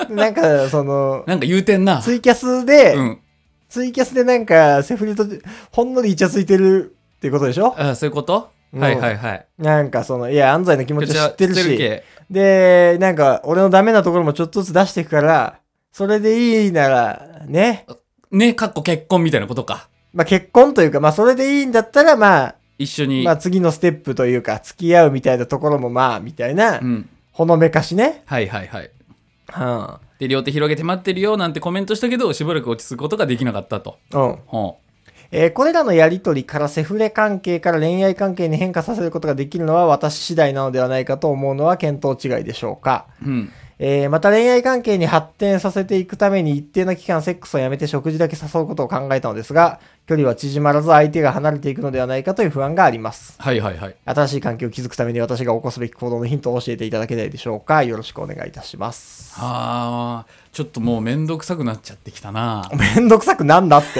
[SPEAKER 2] なんか、その、
[SPEAKER 1] なんか言うてんな。
[SPEAKER 2] ツイキャスで、
[SPEAKER 1] うん。
[SPEAKER 2] ツイキャスでなんか、セフレとほんのりイチャついてるっていうことでしょ？
[SPEAKER 1] あ、そういうこと、うん、はいはいはい。
[SPEAKER 2] なんかその、いや、安西の気持ちは知ってるし、
[SPEAKER 1] る
[SPEAKER 2] で、なんか、俺のダメなところもちょっとずつ出していくから、それでいいなら、ね。
[SPEAKER 1] ね、かっこ結婚みたいなことか。
[SPEAKER 2] まあ結婚というか、まあそれでいいんだったら、まあ、
[SPEAKER 1] 一緒に。
[SPEAKER 2] まあ次のステップというか、付き合うみたいなところもまあ、みたいな、うん、ほのめかしね。
[SPEAKER 1] はいはいはい。
[SPEAKER 2] はあ、
[SPEAKER 1] で、両手広げて待ってるよなんてコメントしたけど、しばらく落ち着くことができなかったと。
[SPEAKER 2] うん。はあ、えー、これらのやりとりからセフレ関係から恋愛関係に変化させることができるのは私次第なのではないかと思うのは見当違いでしょうか。
[SPEAKER 1] うん。
[SPEAKER 2] えー、また恋愛関係に発展させていくために一定の期間セックスをやめて食事だけ誘うことを考えたのですが、距離は縮まらず相手が離れていくのではないかという不安があります。
[SPEAKER 1] はいはいはい。
[SPEAKER 2] 新しい関係を築くために私が起こすべき行動のヒントを教えていただけないでしょうか。よろしくお願いいたします。
[SPEAKER 1] はあ、ちょっともうめんどくさくなっちゃってきたな。
[SPEAKER 2] めんどくさくなんだって。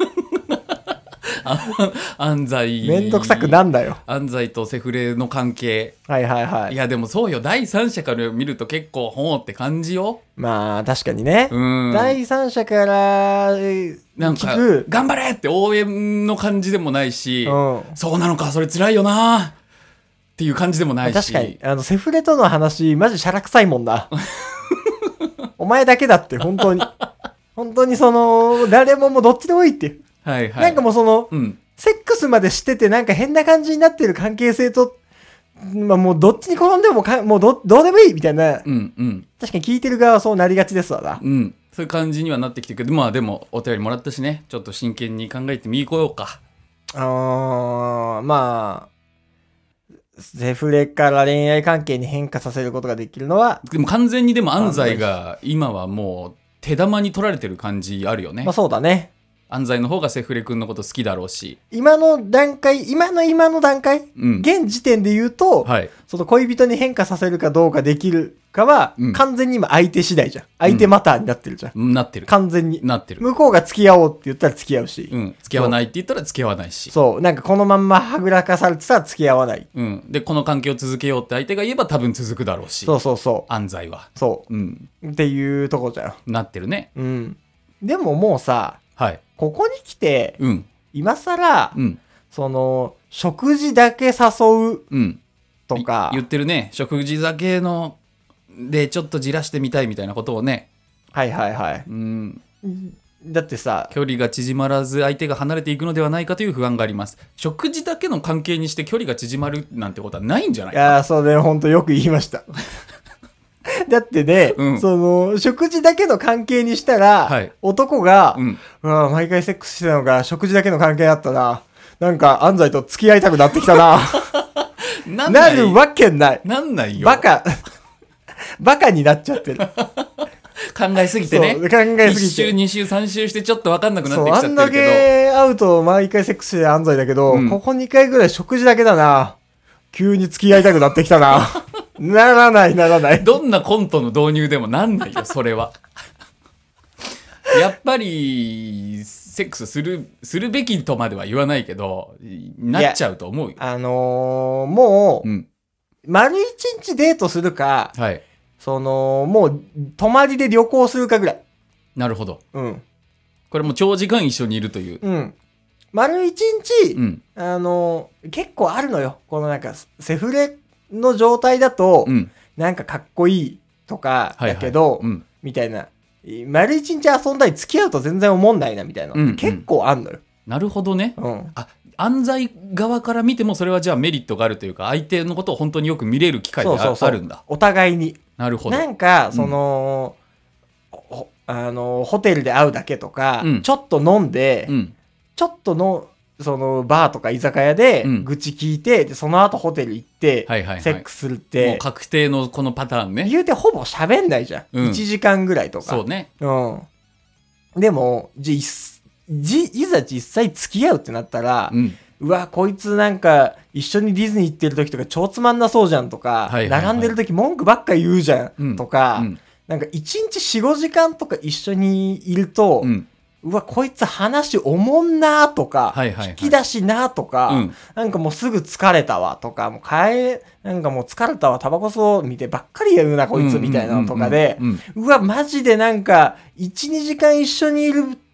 [SPEAKER 1] 安西
[SPEAKER 2] めんどくさくなんだよ。
[SPEAKER 1] 安西とセフレの関係。
[SPEAKER 2] はいはいはい。
[SPEAKER 1] いやでもそうよ、第三者から見ると結構ほーって感じよ。
[SPEAKER 2] まあ確かにね。
[SPEAKER 1] うん。
[SPEAKER 2] 第三者から聞く
[SPEAKER 1] なんか頑張れって応援の感じでもないし、
[SPEAKER 2] うん、
[SPEAKER 1] そうなのかそれ辛いよなっていう感じでもないし。
[SPEAKER 2] 確かにあのセフレとの話マジシャラ臭いもんな。お前だけだって本当に本当にその誰ももうどっちでもいいっていう。
[SPEAKER 1] はいはい。
[SPEAKER 2] なんかもうその、
[SPEAKER 1] うん、
[SPEAKER 2] セックスまでしててなんか変な感じになってる関係性と、まあもうどっちに転んでもか、もう ど, どうでもいいみたいな。
[SPEAKER 1] うんうん。
[SPEAKER 2] 確かに聞いてる側はそうなりがちですわな。
[SPEAKER 1] うん。そういう感じにはなってきてるけど、まあでもお便りもらったしね、ちょっと真剣に考えてみこようか。
[SPEAKER 2] あー、まあ、セフレから恋愛関係に変化させることができるのは。
[SPEAKER 1] でも完全にでも安西が今はもう手玉に取られてる感じあるよね。
[SPEAKER 2] まあそうだね。
[SPEAKER 1] 安西の方がセフレ君のこと好きだろうし、
[SPEAKER 2] 今の段階、今の今の段階、うん、現時点で言うと、はい、その恋人に変化させるかどうかできるかは、うん、完全に今相手次第じゃん。相手マターになってるじゃん。
[SPEAKER 1] うん、なってる。
[SPEAKER 2] 完全に。
[SPEAKER 1] なってる。
[SPEAKER 2] 向こうが付き合おうって言ったら付き合うし。
[SPEAKER 1] うん。付き合わないって言ったら付き合わないし。
[SPEAKER 2] そう。なんかこのまんまはぐらかされてたら付き合わない。
[SPEAKER 1] うん。で、この関係を続けようって相手が言えば多分続くだろうし。
[SPEAKER 2] そうそうそう。
[SPEAKER 1] 安西は。
[SPEAKER 2] そう。うん。っていうとこじゃん。
[SPEAKER 1] なってるね。
[SPEAKER 2] うん。でももうさ、
[SPEAKER 1] はい。
[SPEAKER 2] ここに来て、
[SPEAKER 1] うん、
[SPEAKER 2] 今更、うん、その、食事だけ誘うとか、
[SPEAKER 1] うん、言ってるね。食事だけの、で、ちょっとじらしてみたいみたいなことをね。
[SPEAKER 2] はいはいはい。
[SPEAKER 1] うん、
[SPEAKER 2] だってさ、
[SPEAKER 1] 距離が縮まらず相手が離れていくのではないかという不安があります。食事だけの関係にして距離が縮まるなんてことはないんじゃないか。
[SPEAKER 2] いやー、それほんとよく言いました。だってね、うん、その、食事だけの関係にしたら、はい、男が、うん、うわ毎回セックスしてたのが食事だけの関係だったな。なんか、安西と付き合いたくなってきたな。な, なるわけない。
[SPEAKER 1] なんないよ。
[SPEAKER 2] バカ。バカになっちゃってる。考
[SPEAKER 1] えすぎてね。
[SPEAKER 2] そう、考えすぎて。
[SPEAKER 1] いっ週、に週、さん週してちょっとわかんなくなってきちゃってるけど。そう、あんだ
[SPEAKER 2] け会うと毎回セックスして安西だけど、うん、ここにかいぐらい食事だけだな。急に付き合いたくなってきたな。ならないならない。
[SPEAKER 1] どんなコントの導入でもなんないよ、それは。やっぱり、セックスする、するべきとまでは言わないけど、なっちゃうと思うよ。
[SPEAKER 2] あのー、もう、うん、丸一日デートするか、はい、その、もう、泊まりで旅行するかぐらい。
[SPEAKER 1] なるほど。
[SPEAKER 2] うん。
[SPEAKER 1] これも長時間一緒にいるという。
[SPEAKER 2] うん。丸一日、うん、あのー、結構あるのよ。このなんか、セフレの状態だと、うん、なんかかっこいいとかだけど、はいはいうん、みたいな。丸一日遊んだり付き合うと全然思んないなみたいな、うんうん、結構あんのよ。
[SPEAKER 1] なるほどね。うん、あ、安西側から見てもそれはじゃあメリットがあるというか、相手のことを本当によく見れる機会が あ, そうそうそうあるんだ。
[SPEAKER 2] お互いに。
[SPEAKER 1] なるほど。
[SPEAKER 2] なんかその、うん、あのホテルで会うだけとか、うん、ちょっと飲んで、うん、ちょっとのそのバーとか居酒屋で愚痴聞いて、うん、でその後ホテル行って、はいはいはい、セックスするって、もう
[SPEAKER 1] 確定のこのパターンね。
[SPEAKER 2] 言うてほぼ喋んないじゃん、うん、いちじかんぐらいとか。
[SPEAKER 1] そうね。
[SPEAKER 2] うん。でもじじいざ実際付き合うってなったら、うん、うわこいつなんか一緒にディズニー行ってる時とか超つまんなそうじゃんとか、はいはいはい、並んでる時文句ばっか言うじゃん、うん、とか、うん、なんかいちにち よん,ご 時間とか一緒にいると、うん、 うわ、こいつ話おもんなーとか、
[SPEAKER 1] はいはいはい
[SPEAKER 2] 引き出しなーとか、
[SPEAKER 1] うん
[SPEAKER 2] なんかもうすぐ疲れたわとか、もう帰れ、なんかもう疲れたわ、タバコ吸おう見てばっかり言うな、こいつみたいなのとかで
[SPEAKER 1] うんうんうんうんうん、
[SPEAKER 2] うわ、マジでなんか、いち、にじかん一緒にいるって、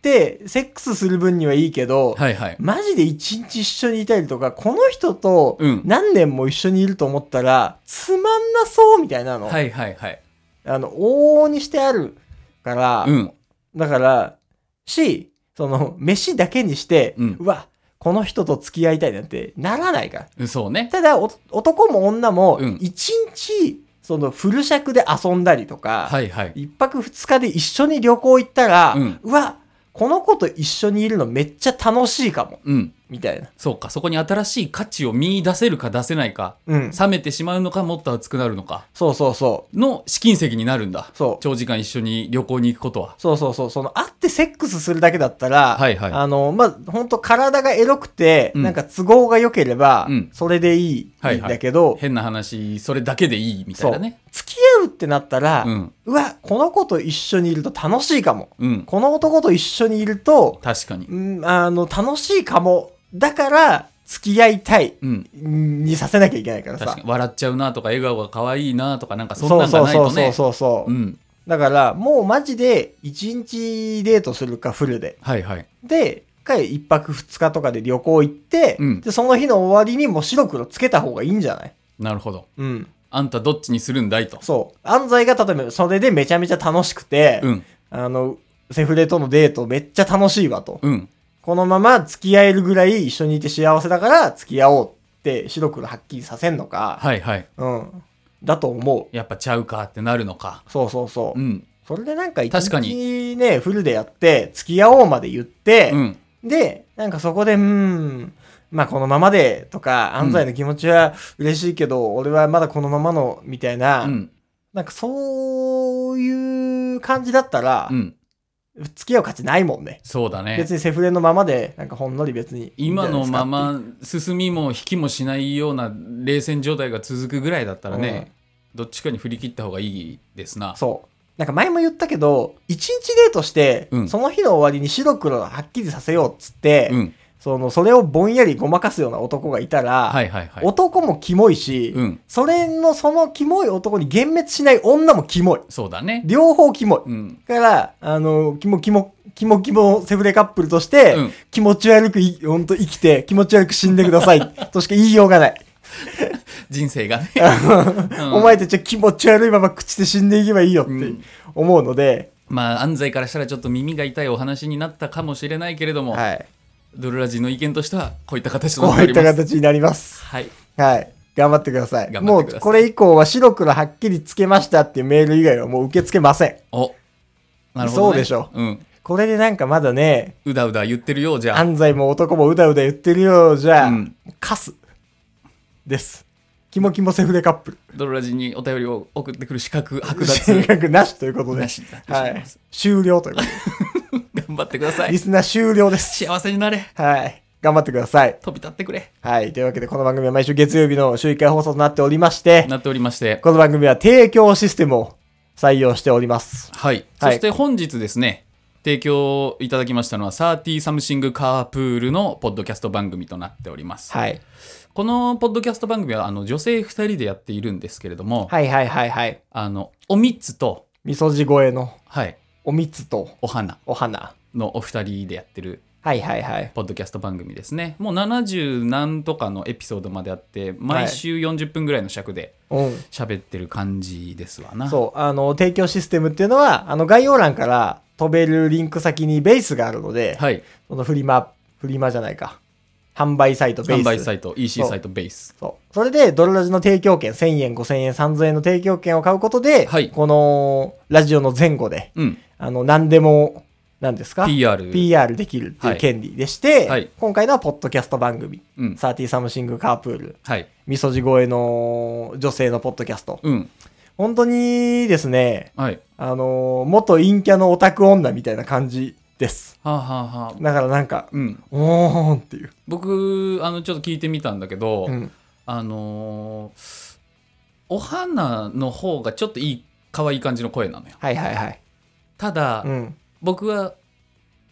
[SPEAKER 2] セックスする分にはいいけど、
[SPEAKER 1] はいはい。
[SPEAKER 2] マジで一日一緒にいたりとか、この人と
[SPEAKER 1] うん
[SPEAKER 2] 何年も一緒にいると思ったら、つまんなそうみたいなの。
[SPEAKER 1] はいはいはい。
[SPEAKER 2] あの、往々にしてあるから、
[SPEAKER 1] うん。
[SPEAKER 2] だから、し、その、飯だけにして、
[SPEAKER 1] うん
[SPEAKER 2] うわ、この人と付き合いたいなんてならないから。
[SPEAKER 1] そうね。
[SPEAKER 2] ただ、お男も女も
[SPEAKER 1] うん、
[SPEAKER 2] 一日、その、フル尺で遊んだりとか、
[SPEAKER 1] はいはい。
[SPEAKER 2] 一泊二日で一緒に旅行行ったら、
[SPEAKER 1] うん
[SPEAKER 2] うわ、この子と一緒にいるのめっちゃ楽しいかも。
[SPEAKER 1] うん。
[SPEAKER 2] みたいな。
[SPEAKER 1] そうか、そこに新しい価値を見出せるか出せないか、
[SPEAKER 2] うん。
[SPEAKER 1] 冷めてしまうのかもっと熱くなるのか
[SPEAKER 2] そうそうそう。
[SPEAKER 1] の試金石になるんだ。
[SPEAKER 2] そう
[SPEAKER 1] 長時間一緒に旅行に行くことは。
[SPEAKER 2] そうそうそう。その、会ってセックスするだけだったら、
[SPEAKER 1] はいはい
[SPEAKER 2] あの、まあ、ほんと体がエロくて、
[SPEAKER 1] うん
[SPEAKER 2] なんか都合が良ければ、
[SPEAKER 1] うん
[SPEAKER 2] それでいい、
[SPEAKER 1] はいはい
[SPEAKER 2] いいんだけど、
[SPEAKER 1] 変な話、それだけでいいみた
[SPEAKER 2] そう
[SPEAKER 1] いなね。
[SPEAKER 2] 付き合うってなったら、
[SPEAKER 1] う。
[SPEAKER 2] うんわ、この子と一緒にいると楽しいかも。
[SPEAKER 1] うん。
[SPEAKER 2] この男と一緒にいると、
[SPEAKER 1] 確かに。
[SPEAKER 2] うん、あの、楽しいかも。だから、付き合いたい
[SPEAKER 1] うん。
[SPEAKER 2] にさせなきゃいけないからさ
[SPEAKER 1] 確か。に。笑っちゃうなとか、笑顔が可愛いなとか、なんかそん
[SPEAKER 2] そうん
[SPEAKER 1] なが
[SPEAKER 2] そうそうそう
[SPEAKER 1] ないとね。
[SPEAKER 2] そうそう。
[SPEAKER 1] うん。
[SPEAKER 2] だから、もうマジで、一日デートするかフルで。
[SPEAKER 1] はいはい。
[SPEAKER 2] で、か一泊二日とかで旅行行って、
[SPEAKER 1] うん
[SPEAKER 2] で、その日の終わりにもう白黒つけた方がいいんじゃない？
[SPEAKER 1] なるほど。
[SPEAKER 2] うん。
[SPEAKER 1] あんたどっちにするんだいと。
[SPEAKER 2] そう。安西が例えばそれでめちゃめちゃ楽しくて、
[SPEAKER 1] うん。
[SPEAKER 2] あの、セフレとのデートめっちゃ楽しいわと。
[SPEAKER 1] うん。
[SPEAKER 2] このまま付き合えるぐらい一緒にいて幸せだから付き合おうって白黒はっきりさせんのか。
[SPEAKER 1] はいはい。
[SPEAKER 2] うん。だと思う。
[SPEAKER 1] やっぱちゃうかってなるのか。
[SPEAKER 2] そうそうそう。
[SPEAKER 1] うん。
[SPEAKER 2] それでなんか一
[SPEAKER 1] 確か
[SPEAKER 2] 日ね、フルでやって、付き合おうまで言って、
[SPEAKER 1] うん。
[SPEAKER 2] で、なんかそこで、うーん、まあこのままでとか、安西の気持ちは嬉しいけど、俺はまだこのままの、みたいな、
[SPEAKER 1] うん。
[SPEAKER 2] なんかそういう感じだったら、
[SPEAKER 1] うん。
[SPEAKER 2] 付き合う価値ないもんね。
[SPEAKER 1] そうだね。
[SPEAKER 2] 別にセフレのままで、なんかほんのり別にいいんじゃ
[SPEAKER 1] 今の
[SPEAKER 2] ないですか
[SPEAKER 1] ま
[SPEAKER 2] っていう
[SPEAKER 1] ま進みも引きもしないような冷戦状態が続くぐらいだったらね、どっちかに振り切った方がいいですな。
[SPEAKER 2] そう。なんか前も言ったけど、一日デートして、
[SPEAKER 1] うん
[SPEAKER 2] その日の終わりに白黒はっきりさせようっつって、
[SPEAKER 1] うん。
[SPEAKER 2] その、それをぼんやりごまかすような男がいたら、
[SPEAKER 1] はいはいはい。
[SPEAKER 2] 男もキモいし、
[SPEAKER 1] うん。
[SPEAKER 2] それのそのキモい男に幻滅しない女もキモい。
[SPEAKER 1] そうだね。
[SPEAKER 2] 両方キモい。
[SPEAKER 1] うん。
[SPEAKER 2] だから、あの、キモキモ、キモキモセフレカップルとして、
[SPEAKER 1] うん
[SPEAKER 2] 気持ち悪くい、ほんと生きて、気持ち悪く死んでください。としか言いようがない。
[SPEAKER 1] 人生がね。うん
[SPEAKER 2] お前たちは気持ち悪いまま口で死んでいけばいいよって
[SPEAKER 1] うん
[SPEAKER 2] 思うので、
[SPEAKER 1] まあ、安西からしたらちょっと耳が痛いお話になったかもしれないけれども、
[SPEAKER 2] はい。
[SPEAKER 1] ドルラジの意見としてはこういった形と
[SPEAKER 2] こういった
[SPEAKER 1] なっております。
[SPEAKER 2] 形になります。
[SPEAKER 1] はい。
[SPEAKER 2] はい。頑張ってください。
[SPEAKER 1] 頑張ってください
[SPEAKER 2] もうこれ以降は白黒はっきりつけましたっていうメール以外はもう受け付けません。
[SPEAKER 1] お。なるほど、ね。
[SPEAKER 2] そうでしょ
[SPEAKER 1] うん。
[SPEAKER 2] これでなんかまだね、
[SPEAKER 1] うだうだ言ってるようじゃあ。
[SPEAKER 2] 安西も男もうだうだ言ってるようじゃ、
[SPEAKER 1] うん
[SPEAKER 2] カスです。キモキモセフレカップル。
[SPEAKER 1] ドルラジにお便りを送ってくる資格剥
[SPEAKER 2] 進
[SPEAKER 1] 奪
[SPEAKER 2] 学なしということで。
[SPEAKER 1] なしになってしま
[SPEAKER 2] はいい
[SPEAKER 1] ま。す。
[SPEAKER 2] 終了ということ
[SPEAKER 1] 頑張ってくださ
[SPEAKER 2] で。リ
[SPEAKER 1] い。
[SPEAKER 2] スナー終了です。
[SPEAKER 1] 幸せになれ。
[SPEAKER 2] はい。頑張ってください。
[SPEAKER 1] 飛び立ってくれ。
[SPEAKER 2] はい。というわけで、この番組は毎週月曜日の週いっかい放送となっておりまして、
[SPEAKER 1] なっておりまして。
[SPEAKER 2] この番組は提供システムを採用しております。
[SPEAKER 1] はい。
[SPEAKER 2] はい
[SPEAKER 1] そして本日ですね、提供いただきましたのは、サーティーサムシングカープールのポッドキャスト番組となっております。
[SPEAKER 2] はい。
[SPEAKER 1] このポッドキャスト番組は、あの、女性ふたりでやっているんですけれども、
[SPEAKER 2] はいはいはいはい。
[SPEAKER 1] あの、おみつと、
[SPEAKER 2] みそじ声の
[SPEAKER 1] はい、
[SPEAKER 2] おみつと
[SPEAKER 1] お花
[SPEAKER 2] お花。
[SPEAKER 1] のお二人でやってる
[SPEAKER 2] はいはいはい。
[SPEAKER 1] ポッドキャスト番組ですね。もうななじゅう何とかのエピソードまであって、毎週よんじゅっぷんぐらいの尺で
[SPEAKER 2] うん。
[SPEAKER 1] 喋ってる感じですわな。
[SPEAKER 2] そう。あの、提供システムっていうのは、あの、概要欄から飛べるリンク先にベースがあるので、
[SPEAKER 1] はい。
[SPEAKER 2] そのフリマ、フリマじゃないか。販売サイトベース。
[SPEAKER 1] 販売サイト、イーシー
[SPEAKER 2] そう
[SPEAKER 1] サイトベース。
[SPEAKER 2] そう。それで、ドルラジの提供券、せんえん、ごせんえん、さんぜんえんの提供券を買うことで、
[SPEAKER 1] はい
[SPEAKER 2] このラジオの前後で、
[SPEAKER 1] うん。
[SPEAKER 2] あの、何でも、何ですか
[SPEAKER 1] ピーアール。
[SPEAKER 2] ピーアール できるってい
[SPEAKER 1] はい
[SPEAKER 2] う権利でして、
[SPEAKER 1] はい
[SPEAKER 2] 今回のはポッドキャスト番組、
[SPEAKER 1] うん。
[SPEAKER 2] サーティーサムシングカープール、
[SPEAKER 1] はい。
[SPEAKER 2] みそじ声の女性のポッドキャスト。
[SPEAKER 1] うん。
[SPEAKER 2] 本当にですね、
[SPEAKER 1] はい。
[SPEAKER 2] あのー元陰キャのオタク女みたいな感じです。
[SPEAKER 1] はあ、はあはあ、
[SPEAKER 2] だからなんか、
[SPEAKER 1] うん。
[SPEAKER 2] おーんっていう。
[SPEAKER 1] 僕、あの、ちょっと聞いてみたんだけど、
[SPEAKER 2] うん。
[SPEAKER 1] あのーお花の方がちょっといい、可愛い感じの声なのよ。
[SPEAKER 2] はいはいはい。
[SPEAKER 1] ただ、
[SPEAKER 2] うん。
[SPEAKER 1] 僕は、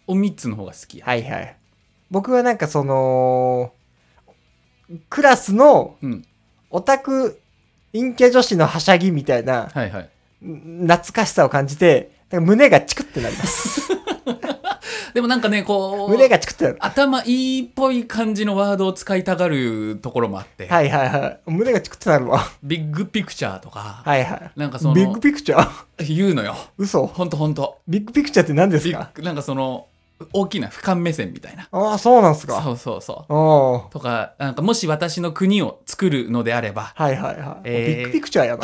[SPEAKER 1] おみつの方が好きや。
[SPEAKER 2] はいはい。僕はなんかその、クラスの
[SPEAKER 1] うん。
[SPEAKER 2] オタク陰キャ女子のはしゃぎみたいな、
[SPEAKER 1] はいはい。
[SPEAKER 2] 懐かしさを感じて、なんか胸がチクってなります。
[SPEAKER 1] でもなんかね、こう、
[SPEAKER 2] 胸がチクってなる。
[SPEAKER 1] 頭いいっぽい感じのワードを使いたがるところもあって。
[SPEAKER 2] はいはいはい。胸がチクってなるわ。
[SPEAKER 1] ビッグピクチャーとか。
[SPEAKER 2] はいはい。
[SPEAKER 1] なんかその、
[SPEAKER 2] ビッグピクチャー
[SPEAKER 1] 言うのよ。
[SPEAKER 2] 嘘。
[SPEAKER 1] ほんとほんと。
[SPEAKER 2] ビッグピクチャーって何です
[SPEAKER 1] ビ
[SPEAKER 2] か？
[SPEAKER 1] ッグなんかその、大きな俯瞰目線みたいな。
[SPEAKER 2] ああ、そうなんすか。
[SPEAKER 1] そうそうそう。
[SPEAKER 2] おー。
[SPEAKER 1] とか、なんかもし私の国を作るのであれば。
[SPEAKER 2] はいはいはい。
[SPEAKER 1] えー
[SPEAKER 2] ビッグピクチャーやな。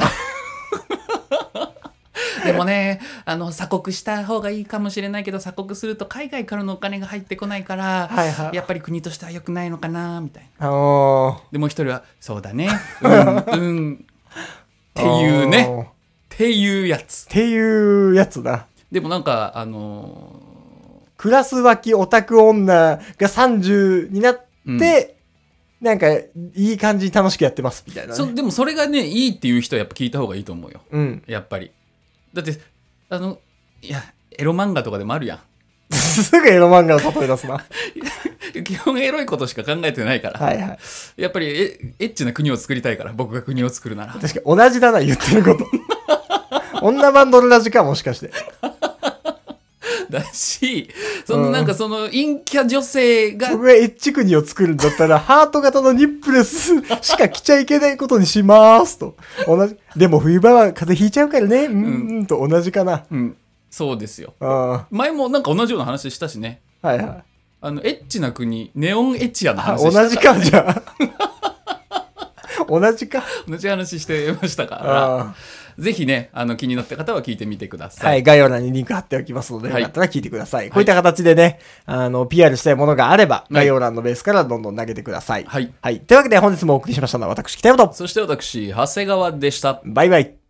[SPEAKER 1] でもね、あの、鎖国した方がいいかもしれないけど、鎖国すると海外からのお金が入ってこないから、
[SPEAKER 2] はいはい。
[SPEAKER 1] やっぱり国としては良くないのかな、みたいな。
[SPEAKER 2] おー。
[SPEAKER 1] で、もう一人は、そうだね、うん、うん、っていうね、
[SPEAKER 2] おー。
[SPEAKER 1] っていうやつ。
[SPEAKER 2] っていうやつだ。
[SPEAKER 1] でもなんか、あの
[SPEAKER 2] クラス脇オタク女がさんじゅうになって、
[SPEAKER 1] うん
[SPEAKER 2] なんか、いい感じに楽しくやってます、みたい
[SPEAKER 1] ー
[SPEAKER 2] な、ね。
[SPEAKER 1] そでもそれがね、いいっていう人はやっぱ聞いた方がいいと思うよ。
[SPEAKER 2] うん。
[SPEAKER 1] やっぱり。だって、あの、いや、エロ漫画とかでもあるやん。
[SPEAKER 2] すぐエロ漫画を例え出すな。
[SPEAKER 1] 基本エロいことしか考えてないから。
[SPEAKER 2] はいはい。
[SPEAKER 1] やっぱりエエッチな国を作りたいから、僕が国を作るなら。
[SPEAKER 2] 確かに同じだな、言ってること。女バンドルラジか、もしかして。
[SPEAKER 1] だし、そのなんかその陰キャ女性が、
[SPEAKER 2] 僕がエッチ国を作るんだったら、ハート型のニップレスしか着ちゃいけないことにしますと。同じ。でも冬場は風邪ひいちゃうからね。うん、うんと同じかな。
[SPEAKER 1] うん、そうですよ。
[SPEAKER 2] あ
[SPEAKER 1] 前もなんか同じような話したしね。
[SPEAKER 2] あ。はいはい。
[SPEAKER 1] あの、エッチな国、ネオンエチアの
[SPEAKER 2] あ、
[SPEAKER 1] 話した
[SPEAKER 2] 同じか、じゃあ。同じか。
[SPEAKER 1] 同じ話してましたか
[SPEAKER 2] あ
[SPEAKER 1] ら、ぜひね、あの、気になった方は聞いてみてください。
[SPEAKER 2] はい、概要欄にリンク貼っておきますので、
[SPEAKER 1] はい
[SPEAKER 2] よかったら聞いてください。こういった形でね、あの、ピーアール したいものがあれば、
[SPEAKER 1] い
[SPEAKER 2] 概要欄のベースからどんどん投げてください。
[SPEAKER 1] はい。
[SPEAKER 2] はい。というわけで本日もお送りしましたのは私、北山と、
[SPEAKER 1] そして私、長谷川でした。
[SPEAKER 2] バイバイ。